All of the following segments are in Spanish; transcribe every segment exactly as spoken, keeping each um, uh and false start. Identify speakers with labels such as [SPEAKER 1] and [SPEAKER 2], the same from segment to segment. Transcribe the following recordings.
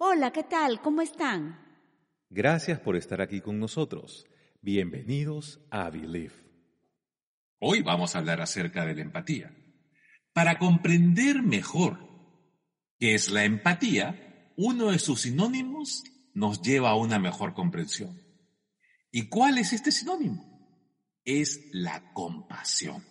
[SPEAKER 1] Hola, ¿qué tal? ¿Cómo están?
[SPEAKER 2] Gracias por estar aquí con nosotros. Bienvenidos a Believe.
[SPEAKER 3] Hoy vamos a hablar acerca de la empatía. Para comprender mejor qué es la empatía, uno de sus sinónimos nos lleva a una mejor comprensión. ¿Y cuál es este sinónimo? Es la compasión.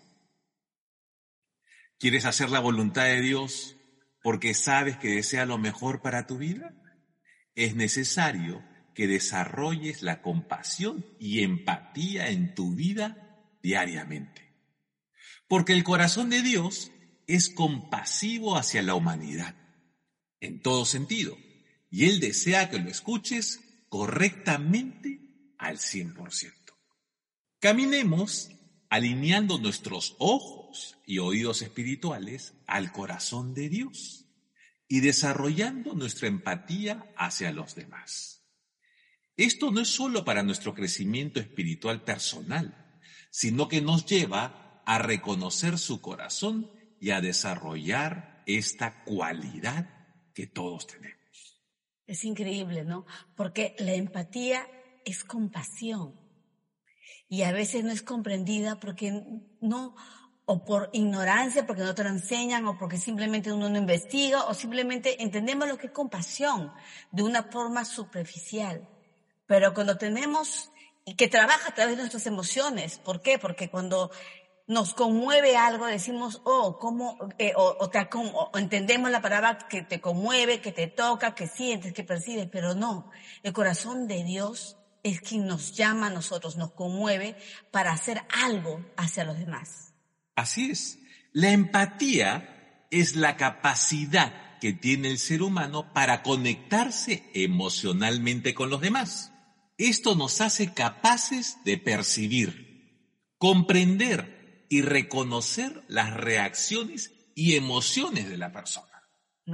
[SPEAKER 3] ¿Quieres hacer la voluntad de Dios porque sabes que desea lo mejor para tu vida? Es necesario que desarrolles la compasión y empatía en tu vida diariamente. Porque el corazón de Dios es compasivo hacia la humanidad, en todo sentido, y Él desea que lo escuches correctamente al cien por ciento. Caminemos alineando nuestros ojos y oídos espirituales al corazón de Dios y desarrollando nuestra empatía hacia los demás. Esto no es solo para nuestro crecimiento espiritual personal, sino que nos lleva a reconocer su corazón y a desarrollar esta cualidad que todos tenemos.
[SPEAKER 1] Es increíble, ¿no? Porque la empatía es compasión y a veces no es comprendida porque no, o por ignorancia, porque no te lo enseñan, o porque simplemente uno no investiga, o simplemente entendemos lo que es compasión de una forma superficial. Pero cuando tenemos, y que trabaja a través de nuestras emociones, ¿por qué? Porque cuando nos conmueve algo, decimos, oh, ¿cómo? Eh, o, o, te, o entendemos la palabra que te conmueve, que te toca, que sientes, que percibes, pero no. El corazón de Dios es quien nos llama a nosotros, nos conmueve para hacer algo hacia los demás.
[SPEAKER 3] Así es. La empatía es la capacidad que tiene el ser humano para conectarse emocionalmente con los demás. Esto nos hace capaces de percibir, comprender y reconocer las reacciones y emociones de la persona.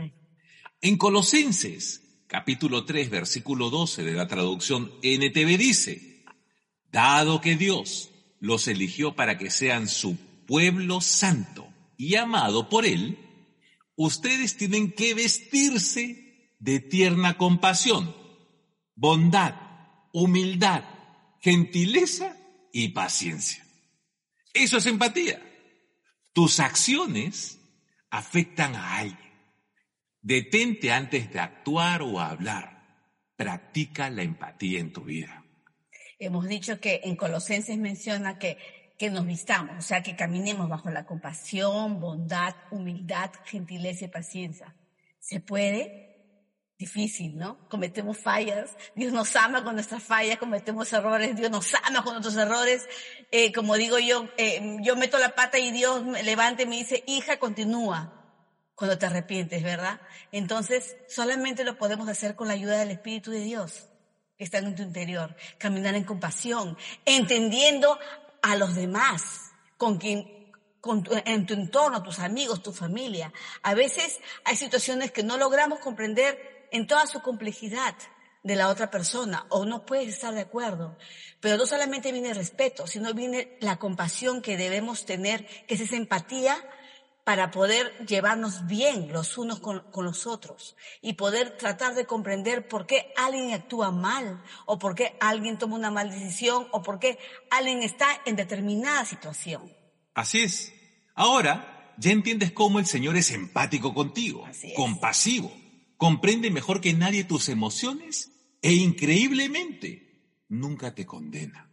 [SPEAKER 3] En Colosenses, capítulo tres, versículo doce de la traducción N T V dice: dado que Dios los eligió para que sean su pueblo santo y amado por Él, ustedes tienen que vestirse de tierna compasión, bondad, humildad, gentileza y paciencia. Eso es empatía. Tus acciones afectan a alguien. Detente antes de actuar o hablar. Practica la empatía en tu vida.
[SPEAKER 1] Hemos dicho que en Colosenses menciona que que nos vistamos, o sea, que caminemos bajo la compasión, bondad, humildad, gentileza y paciencia. ¿Se puede? Difícil, ¿no? Cometemos fallas, Dios nos ama con nuestras fallas, cometemos errores, Dios nos ama con nuestros errores. Eh, como digo yo, eh, yo meto la pata y Dios me levanta y me dice, hija, continúa, cuando te arrepientes, ¿verdad? Entonces, solamente lo podemos hacer con la ayuda del Espíritu de Dios, que está en tu interior. Caminar en compasión, entendiendo a los demás, con quien, con tu, en tu entorno, tus amigos, tu familia. A veces hay situaciones que no logramos comprender en toda su complejidad de la otra persona, o no puedes estar de acuerdo. Pero no solamente viene el respeto, sino viene la compasión que debemos tener, que es esa empatía para poder llevarnos bien los unos con, con los otros y poder tratar de comprender por qué alguien actúa mal o por qué alguien toma una mala decisión o por qué alguien está en determinada situación.
[SPEAKER 3] Así es. Ahora ya entiendes cómo el Señor es empático contigo, compasivo, comprende mejor que nadie tus emociones e increíblemente nunca te condena.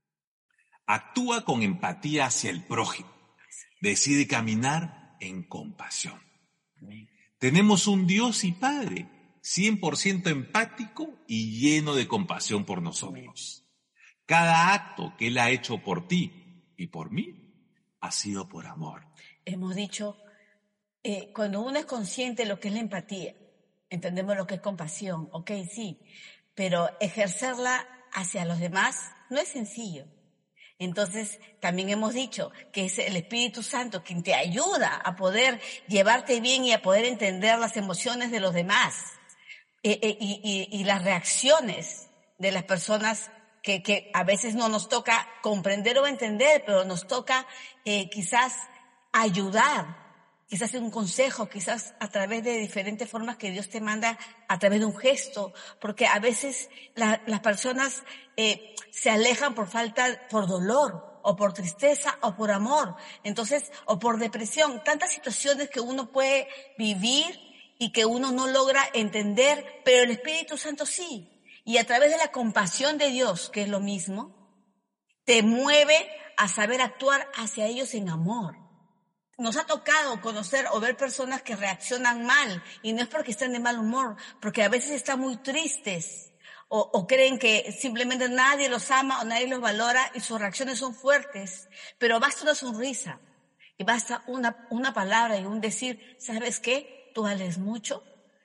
[SPEAKER 3] Actúa con empatía hacia el prójimo. Decide caminar en compasión. Amén. Tenemos un Dios y Padre cien por ciento empático y lleno de compasión por nosotros. Amén. Cada acto que Él ha hecho por ti y por mí ha sido por amor.
[SPEAKER 1] Hemos dicho, eh, cuando uno es consciente de lo que es la empatía, entendemos lo que es compasión, ok, sí, pero ejercerla hacia los demás no es sencillo. Entonces, también hemos dicho que es el Espíritu Santo quien te ayuda a poder llevarte bien y a poder entender las emociones de los demás eh, eh, y, y, y las reacciones de las personas que, que a veces no nos toca comprender o entender, pero nos toca eh, quizás ayudar quizás en un consejo, quizás a través de diferentes formas que Dios te manda, a través de un gesto, porque a veces la, las personas eh, se alejan por falta, por dolor, o por tristeza, o por amor, entonces, o por depresión, tantas situaciones que uno puede vivir y que uno no logra entender, pero el Espíritu Santo sí, y a través de la compasión de Dios, que es lo mismo, te mueve a saber actuar hacia ellos en amor. Nos ha tocado conocer o ver personas que reaccionan mal, y no es porque estén de mal humor, porque a veces están muy tristes, o, o creen que simplemente nadie los ama o nadie los valora y sus reacciones son fuertes, pero basta una sonrisa, y basta una, una palabra y un decir, ¿sabes qué? Tú vales mucho,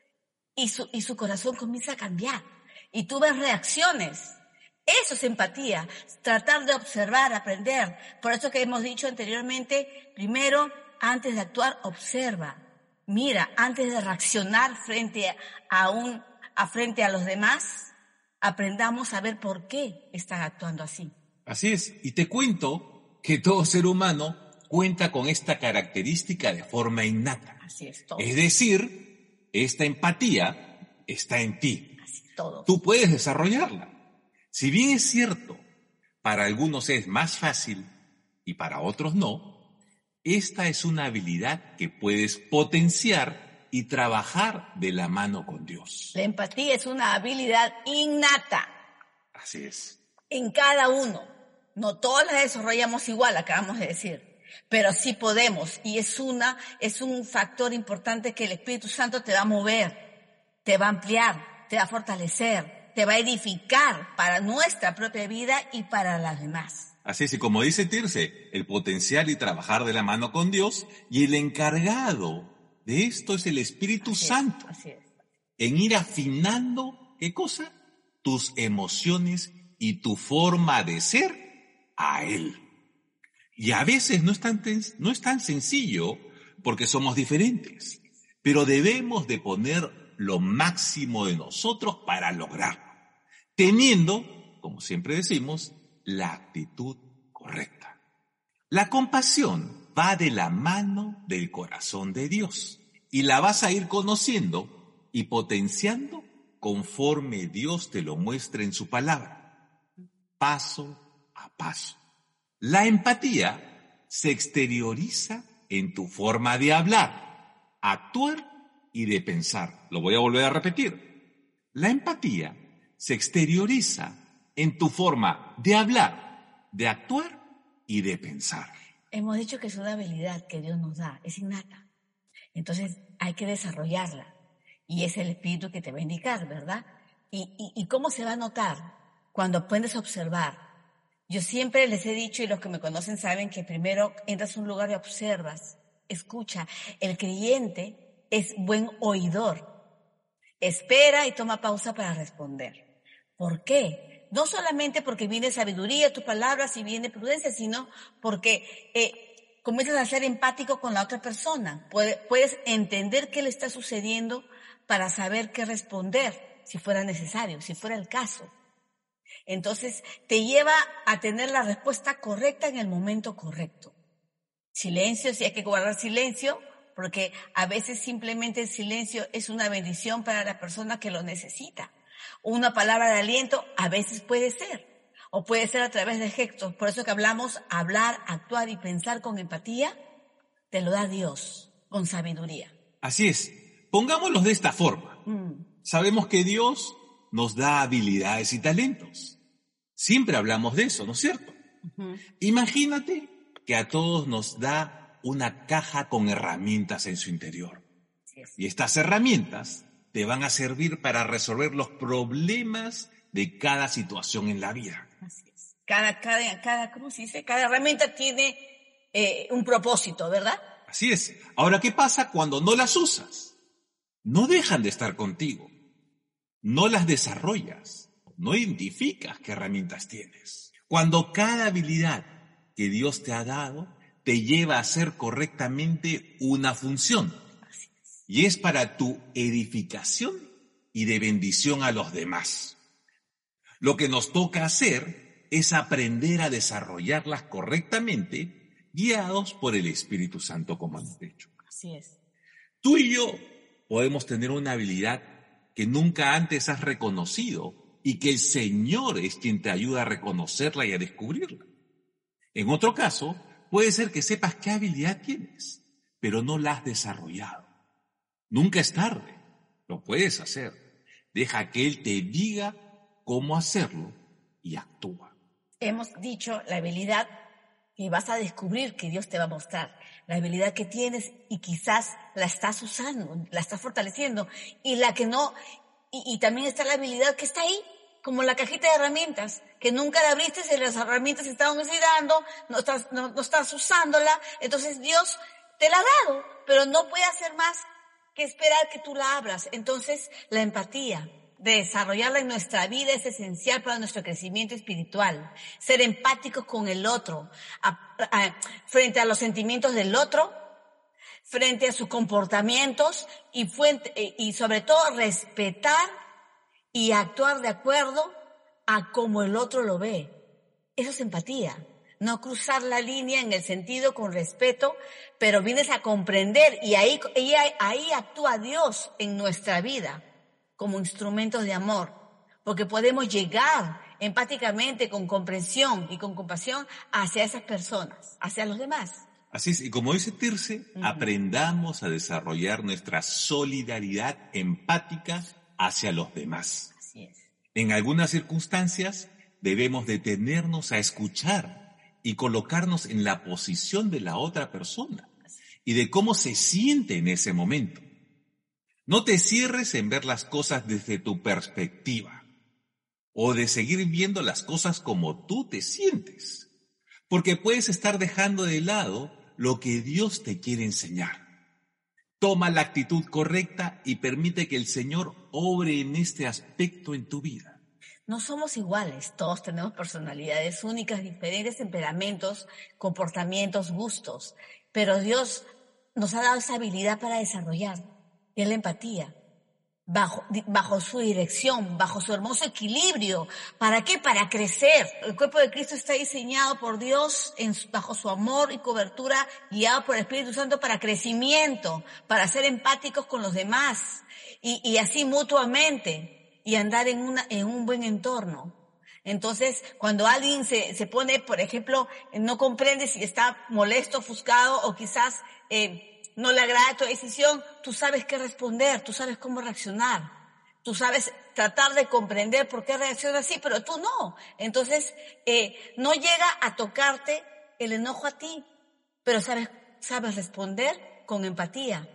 [SPEAKER 1] y su, y su corazón comienza a cambiar, y tú ves reacciones. Eso es empatía, tratar de observar, aprender. Por eso que hemos dicho anteriormente, primero, antes de actuar, observa. Mira, antes de reaccionar frente a un, a frente a los demás, aprendamos a ver por qué están actuando así.
[SPEAKER 3] Así es. Y te cuento que todo ser humano cuenta con esta característica de forma innata.
[SPEAKER 1] Así es, todo.
[SPEAKER 3] Es decir, esta empatía está en ti.
[SPEAKER 1] Así, todo.
[SPEAKER 3] Tú puedes desarrollarla. Si bien es cierto, para algunos es más fácil y para otros no, esta es una habilidad que puedes potenciar y trabajar de la mano con Dios.
[SPEAKER 1] La empatía es una habilidad innata.
[SPEAKER 3] Así es.
[SPEAKER 1] En cada uno. No todos la desarrollamos igual, acabamos de decir, pero sí podemos, y es una, es un factor importante que el Espíritu Santo te va a mover, te va a ampliar, te va a fortalecer, te va a edificar para nuestra propia vida y para las demás.
[SPEAKER 3] Así es, y como dice Tirce, el potenciar y trabajar de la mano con Dios, y el encargado de esto es el Espíritu
[SPEAKER 1] Así
[SPEAKER 3] Santo,
[SPEAKER 1] es, así es.
[SPEAKER 3] en ir afinando, ¿qué cosa? Tus emociones y tu forma de ser a Él. Y a veces no es tan, no es tan sencillo porque somos diferentes, pero debemos de poner lo máximo de nosotros para lograrlo, teniendo, como siempre decimos, la actitud correcta. La compasión va de la mano del corazón de Dios y la vas a ir conociendo y potenciando conforme Dios te lo muestre en su palabra, paso a paso. La empatía se exterioriza en tu forma de hablar, actuar y de pensar. Lo voy a volver a repetir. La empatía se exterioriza en tu forma de hablar, de actuar y de pensar.
[SPEAKER 1] Hemos dicho que es una habilidad que Dios nos da, es innata. Entonces hay que desarrollarla. Y es el Espíritu que te va a indicar, ¿verdad? ¿Y, y, y cómo se va a notar? Cuando aprendes a observar. Yo siempre les he dicho, y los que me conocen saben, que primero entras a un lugar y observas, escucha. El creyente es buen oidor. Espera y toma pausa para responder. ¿Por qué? No solamente porque viene sabiduría, tus palabras, y viene prudencia, sino porque eh, comienzas a ser empático con la otra persona. Puede, puedes entender qué le está sucediendo para saber qué responder, si fuera necesario, si fuera el caso. Entonces, te lleva a tener la respuesta correcta en el momento correcto. Silencio, si hay que guardar silencio, porque a veces simplemente el silencio es una bendición para la persona que lo necesita. Una palabra de aliento a veces puede ser, o puede ser a través de gestos. Por eso que hablamos, hablar, actuar y pensar con empatía, te lo da Dios, con sabiduría.
[SPEAKER 3] Así es. Pongámoslos de esta forma.
[SPEAKER 1] Mm.
[SPEAKER 3] Sabemos que Dios nos da habilidades y talentos. Siempre hablamos de eso, ¿no es cierto?
[SPEAKER 1] Uh-huh.
[SPEAKER 3] Imagínate que a todos nos da una caja con herramientas en su interior.
[SPEAKER 1] Así es.
[SPEAKER 3] Y estas herramientas te van a servir para resolver los problemas de cada situación en la vida.
[SPEAKER 1] Así es. Cada, cada, cada, ¿cómo se dice? Cada herramienta tiene eh, un propósito, ¿verdad?
[SPEAKER 3] Así es. Ahora, ¿qué pasa cuando no las usas? No dejan de estar contigo. No las desarrollas. No identificas qué herramientas tienes. Cuando cada habilidad que Dios te ha dado te lleva a hacer correctamente una función.
[SPEAKER 1] Así es.
[SPEAKER 3] Y es para tu edificación y de bendición a los demás. Lo que nos toca hacer es aprender a desarrollarlas correctamente, guiados por el Espíritu Santo, como hemos dicho.
[SPEAKER 1] Así es.
[SPEAKER 3] Tú y yo podemos tener una habilidad que nunca antes has reconocido y que el Señor es quien te ayuda a reconocerla y a descubrirla. En otro caso, puede ser que sepas qué habilidad tienes, pero no la has desarrollado. Nunca es tarde, lo puedes hacer. Deja que Él te diga cómo hacerlo y actúa.
[SPEAKER 1] Hemos dicho la habilidad que vas a descubrir que Dios te va a mostrar, la habilidad que tienes y quizás la estás usando, la estás fortaleciendo, y la que no, y, y también está la habilidad que está ahí, como la cajita de herramientas, que nunca la abriste y las herramientas se estaban oxidando, no estás, no, no estás usándola, entonces Dios te la ha dado, pero no puede hacer más que esperar que tú la abras. Entonces, la empatía, de desarrollarla en nuestra vida, es esencial para nuestro crecimiento espiritual. Ser empáticos con el otro, a, a, frente a los sentimientos del otro, frente a sus comportamientos y, fuente, y sobre todo respetar y actuar de acuerdo a cómo el otro lo ve. Eso es empatía. No cruzar la línea en el sentido con respeto, pero vienes a comprender y ahí, y ahí, ahí actúa Dios en nuestra vida como instrumentos de amor, porque podemos llegar empáticamente, con comprensión y con compasión hacia esas personas, hacia los demás.
[SPEAKER 3] Así es, y como dice Tirce, uh-huh. aprendamos a desarrollar nuestra solidaridad empática hacia los demás.
[SPEAKER 1] Así es.
[SPEAKER 3] En algunas circunstancias debemos detenernos a escuchar y colocarnos en la posición de la otra persona y de cómo se siente en ese momento. No te cierres en ver las cosas desde tu perspectiva o de seguir viendo las cosas como tú te sientes, porque puedes estar dejando de lado lo que Dios te quiere enseñar. Toma la actitud correcta y permite que el Señor obre en este aspecto en tu vida.
[SPEAKER 1] No somos iguales, todos tenemos personalidades únicas, diferentes temperamentos, comportamientos, gustos, pero Dios nos ha dado esa habilidad para desarrollar, y es la empatía, bajo, bajo su dirección, bajo su hermoso equilibrio. ¿Para qué? Para crecer. El cuerpo de Cristo está diseñado por Dios en, bajo su amor y cobertura, guiado por el Espíritu Santo para crecimiento, para ser empáticos con los demás, y, y así mutuamente, y andar en, una, en un buen entorno. Entonces, cuando alguien se, se pone, por ejemplo, no comprende si está molesto, ofuscado o quizás eh, no le agrada tu decisión, tú sabes qué responder, tú sabes cómo reaccionar, tú sabes tratar de comprender por qué reacciona así, pero tú no. Entonces, eh, no llega a tocarte el enojo a ti, pero sabes, sabes responder con empatía,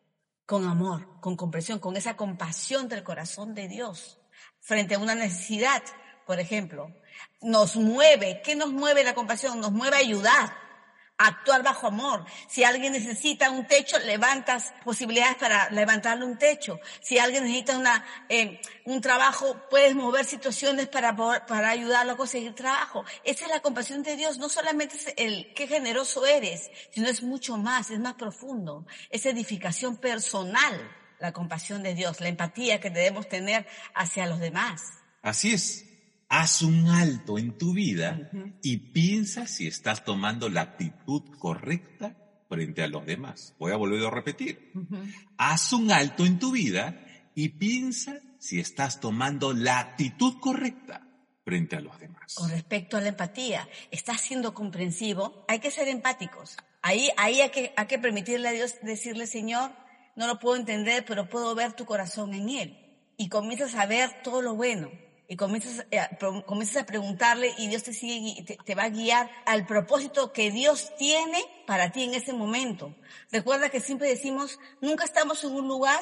[SPEAKER 1] con amor, con comprensión, con esa compasión del corazón de Dios frente a una necesidad. Por ejemplo, nos mueve. ¿Qué nos mueve la compasión? Nos mueve a ayudar, a actuar bajo amor. Si alguien necesita un techo, levantas posibilidades para levantarle un techo. Si alguien necesita una eh, un trabajo, puedes mover situaciones para poder, para ayudarlo a conseguir trabajo. Esa es la compasión de Dios. No solamente es el qué generoso eres, sino es mucho más, es más profundo. Es edificación personal, la compasión de Dios, la empatía que debemos tener hacia los demás.
[SPEAKER 3] Así es. Haz un alto en tu vida uh-huh. y piensa si estás tomando la actitud correcta frente a los demás. Voy a volver a repetir. Uh-huh. Haz un alto en tu vida y piensa si estás tomando la actitud correcta frente a los demás.
[SPEAKER 1] Con respecto a la empatía, ¿estás siendo comprensivo? Hay que ser empáticos. Ahí, ahí hay que, hay que permitirle a Dios decirle, Señor, no lo puedo entender, pero puedo ver tu corazón en Él. Y comienzas a ver todo lo bueno. Y comienzas a, comienzas a preguntarle y Dios te sigue, te, te va a guiar al propósito que Dios tiene para ti en ese momento. Recuerda que siempre decimos, nunca estamos en un lugar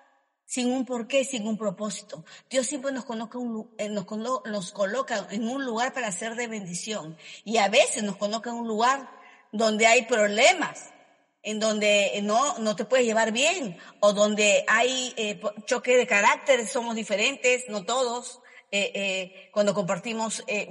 [SPEAKER 1] sin un porqué, sin un propósito. Dios siempre nos coloca, un, nos, nos coloca en un lugar para ser de bendición. Y a veces nos coloca en un lugar donde hay problemas, en donde no, no te puedes llevar bien, o donde hay eh, choque de carácter, somos diferentes, no todos. Eh, eh, cuando compartimos eh,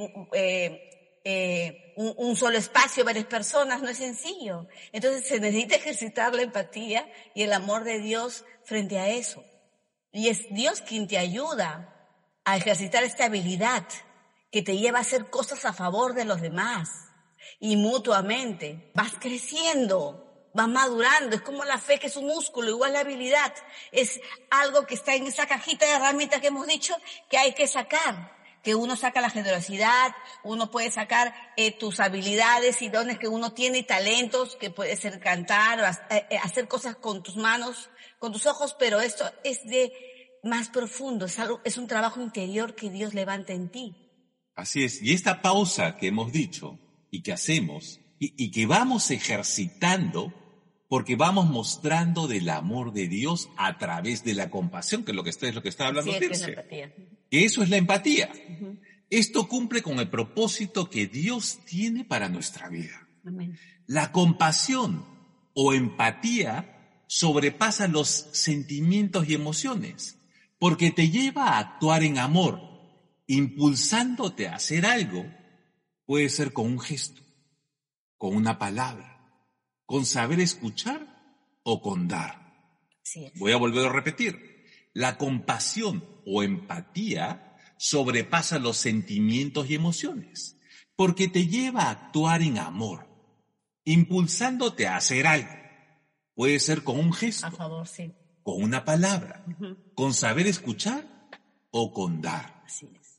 [SPEAKER 1] eh, eh, un, un solo espacio, varias personas, no es sencillo. Entonces se necesita ejercitar la empatía y el amor de Dios frente a eso. Y es Dios quien te ayuda a ejercitar esta habilidad que te lleva a hacer cosas a favor de los demás. Y mutuamente vas creciendo, va madurando. Es como la fe, que es un músculo, igual la habilidad. Es algo que está en esa cajita de herramientas que hemos dicho que hay que sacar. Que uno saca la generosidad, uno puede sacar eh, tus habilidades y dones que uno tiene y talentos, que puede ser cantar, o hacer cosas con tus manos, con tus ojos, pero esto es de más profundo, es algo, es un trabajo interior que Dios levanta en ti.
[SPEAKER 3] Así es, y esta pausa que hemos dicho y que hacemos y, y que vamos ejercitando porque vamos mostrando del amor de Dios a través de la compasión, que es lo que está, es lo que está hablando Tirce. Que eso es la empatía. Uh-huh. Esto cumple con el propósito que Dios tiene para nuestra vida.
[SPEAKER 1] Amén.
[SPEAKER 3] La compasión o empatía sobrepasa los sentimientos y emociones, porque te lleva a actuar en amor, impulsándote a hacer algo. Puede ser con un gesto, con una palabra, con saber escuchar o con dar.
[SPEAKER 1] Sí.
[SPEAKER 3] Voy a volver a repetir. La compasión o empatía sobrepasa los sentimientos y emociones, porque te lleva a actuar en amor, impulsándote a hacer algo. Puede ser con un gesto,
[SPEAKER 1] a favor, sí.
[SPEAKER 3] Con una palabra,
[SPEAKER 1] uh-huh.
[SPEAKER 3] Con saber escuchar o con dar.
[SPEAKER 1] Así es.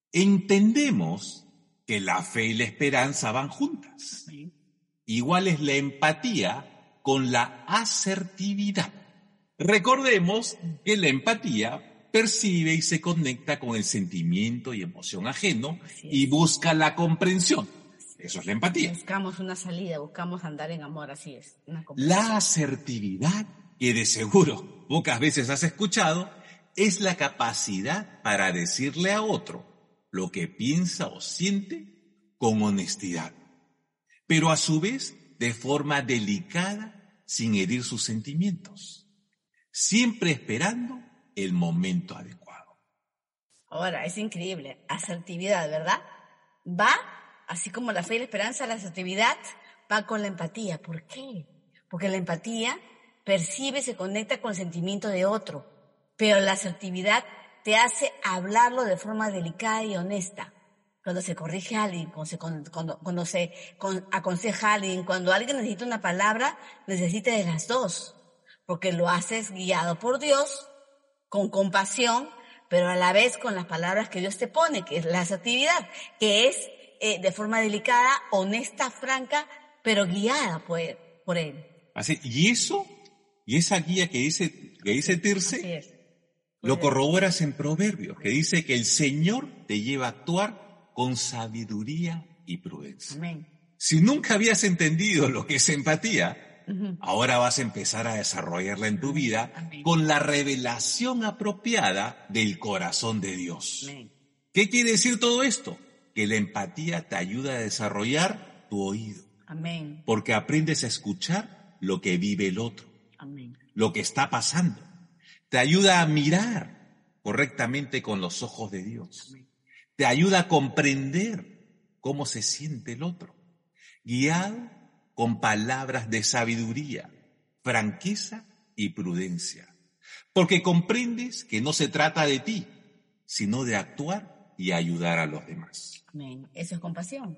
[SPEAKER 3] Entendemos que la fe y la esperanza van juntas.
[SPEAKER 1] Sí.
[SPEAKER 3] Igual es la empatía con la asertividad. Recordemos que la empatía percibe y se conecta con el sentimiento y emoción ajeno y busca la comprensión. Eso es la empatía.
[SPEAKER 1] Buscamos una salida, buscamos andar en amor, así es. Una
[SPEAKER 3] la asertividad, que de seguro pocas veces has escuchado, es la capacidad para decirle a otro lo que piensa o siente con honestidad, pero a su vez de forma delicada, sin herir sus sentimientos. Siempre esperando el momento adecuado.
[SPEAKER 1] Ahora, es increíble. Asertividad, ¿verdad? Va, así como la fe y la esperanza, la asertividad va con la empatía. ¿Por qué? Porque la empatía percibe y se conecta con el sentimiento de otro, pero la asertividad te hace hablarlo de forma delicada y honesta. Cuando se corrige a alguien, cuando se, cuando, cuando se aconseja a alguien, cuando alguien necesita una palabra, necesita de las dos. Porque lo haces guiado por Dios, con compasión, pero a la vez con las palabras que Dios te pone, que es la asertividad, que es eh, de forma delicada, honesta, franca, pero guiada por, por Él.
[SPEAKER 3] Así, y eso, y esa guía que dice, que dice Tirce,
[SPEAKER 1] Así es.
[SPEAKER 3] Lo corroboras en Proverbios, que dice que el Señor te lleva a actuar con sabiduría y prudencia.
[SPEAKER 1] Amén.
[SPEAKER 3] Si nunca habías entendido lo que es empatía, Uh-huh. ahora vas a empezar a desarrollarla en tu vida Amén. Con la revelación apropiada del corazón de Dios.
[SPEAKER 1] Amén.
[SPEAKER 3] ¿Qué quiere decir todo esto? Que la empatía te ayuda a desarrollar tu oído.
[SPEAKER 1] Amén.
[SPEAKER 3] Porque aprendes a escuchar lo que vive el otro.
[SPEAKER 1] Amén.
[SPEAKER 3] Lo que está pasando. Te ayuda a mirar correctamente con los ojos de Dios.
[SPEAKER 1] Amén.
[SPEAKER 3] Te ayuda a comprender cómo se siente el otro. Guiado con palabras de sabiduría, franqueza y prudencia. Porque comprendes que no se trata de ti, sino de actuar y ayudar a los demás.
[SPEAKER 1] Amén. Eso es compasión.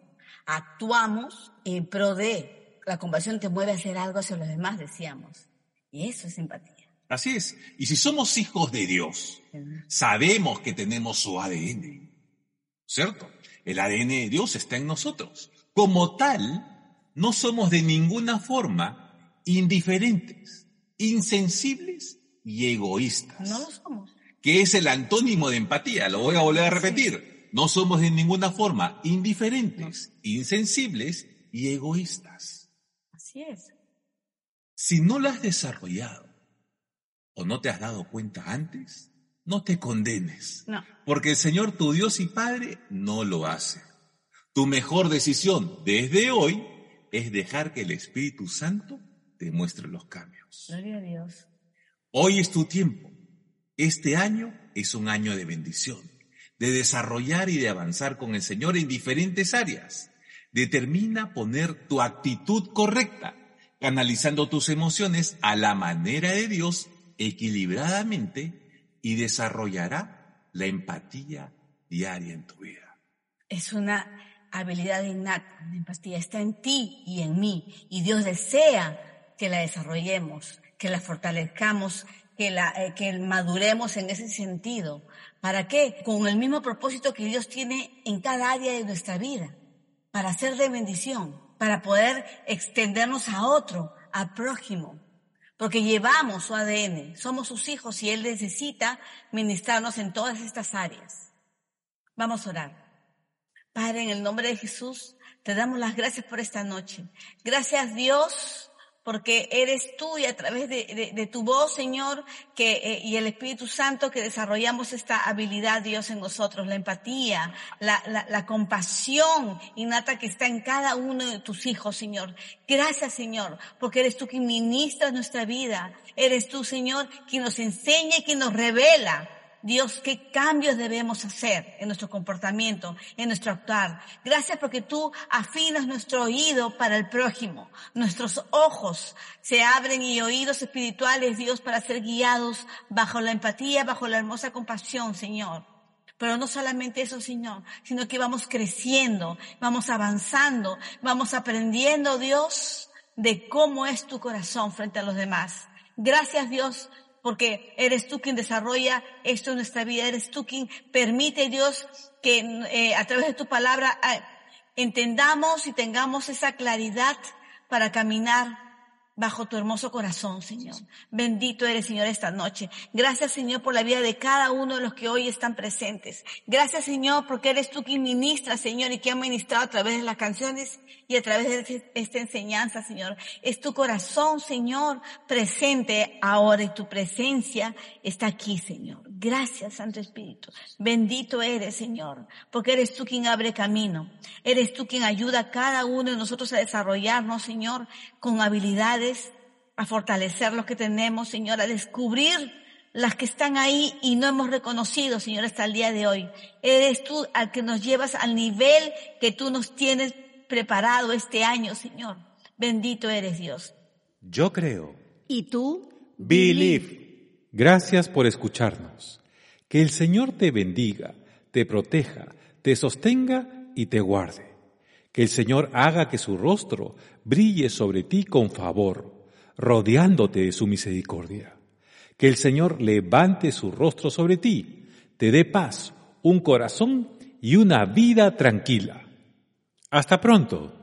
[SPEAKER 1] Actuamos en pro de. La compasión te mueve a hacer algo hacia los demás, decíamos. Y eso es empatía.
[SPEAKER 3] Así es. Y si somos hijos de Dios, sí. Sabemos que tenemos su A D N, ¿cierto? El A D N de Dios está en nosotros. Como tal, no somos de ninguna forma indiferentes, insensibles y egoístas.
[SPEAKER 1] No lo somos.
[SPEAKER 3] Que es el antónimo de empatía, lo voy a volver a repetir. Sí. No somos de ninguna forma indiferentes, no. insensibles y egoístas.
[SPEAKER 1] Así es.
[SPEAKER 3] Si no lo has desarrollado o no te has dado cuenta antes, no te condenes.
[SPEAKER 1] No.
[SPEAKER 3] Porque el Señor, tu Dios y Padre, no lo hace. Tu mejor decisión desde hoy es dejar que el Espíritu Santo te muestre los cambios.
[SPEAKER 1] Gloria a Dios.
[SPEAKER 3] Hoy es tu tiempo. Este año es un año de bendición, de desarrollar y de avanzar con el Señor en diferentes áreas. Determina poner tu actitud correcta, canalizando tus emociones a la manera de Dios equilibradamente y desarrollará la empatía diaria en tu vida.
[SPEAKER 1] Es una habilidad innata, la empatía está en ti y en mí, y Dios desea que la desarrollemos, que la fortalezcamos, que la eh, que maduremos en ese sentido. ¿Para qué? Con el mismo propósito que Dios tiene en cada área de nuestra vida, para ser de bendición, para poder extendernos a otro, al prójimo, porque llevamos su A D N, somos sus hijos y Él necesita ministrarnos en todas estas áreas. Vamos a orar. Padre, en el nombre de Jesús, te damos las gracias por esta noche. Gracias, Dios, porque eres tú y a través de, de, de tu voz, Señor, que eh, y el Espíritu Santo que desarrollamos esta habilidad, Dios, en nosotros, la empatía, la, la, la compasión innata que está en cada uno de tus hijos, Señor. Gracias, Señor, porque eres tú quien ministra nuestra vida. Eres tú, Señor, quien nos enseña y quien nos revela, Dios, qué cambios debemos hacer en nuestro comportamiento, en nuestro actuar. Gracias porque tú afinas nuestro oído para el prójimo. Nuestros ojos se abren y oídos espirituales, Dios, para ser guiados bajo la empatía, bajo la hermosa compasión, Señor. Pero no solamente eso, Señor, sino que vamos creciendo, vamos avanzando, vamos aprendiendo, Dios, de cómo es tu corazón frente a los demás. Gracias, Dios, porque eres tú quien desarrolla esto en nuestra vida, eres tú quien permite, Dios, que eh, a través de tu palabra eh, entendamos y tengamos esa claridad para caminar bajo tu hermoso corazón, Señor. Bendito eres, Señor, esta noche. Gracias, Señor, por la vida de cada uno de los que hoy están presentes. Gracias, Señor, porque eres tú quien ministra, Señor, y que ha ministrado a través de las canciones y a través de esta enseñanza, Señor. Es tu corazón, Señor, presente ahora y tu presencia está aquí, Señor. Gracias, Santo Espíritu. Bendito eres, Señor, porque eres tú quien abre camino. Eres tú quien ayuda a cada uno de nosotros a desarrollarnos, Señor, con habilidades, a fortalecer lo que tenemos, Señor, a descubrir las que están ahí y no hemos reconocido, Señor, hasta el día de hoy. Eres tú al que nos llevas al nivel que tú nos tienes preparado este año, Señor. Bendito eres, Dios.
[SPEAKER 2] Yo creo.
[SPEAKER 1] ¿Y tú?
[SPEAKER 2] Believe. Gracias por escucharnos. Que el Señor te bendiga, te proteja, te sostenga y te guarde. Que el Señor haga que su rostro brille sobre ti con favor, rodeándote de su misericordia. Que el Señor levante su rostro sobre ti, te dé paz, un corazón y una vida tranquila. Hasta pronto.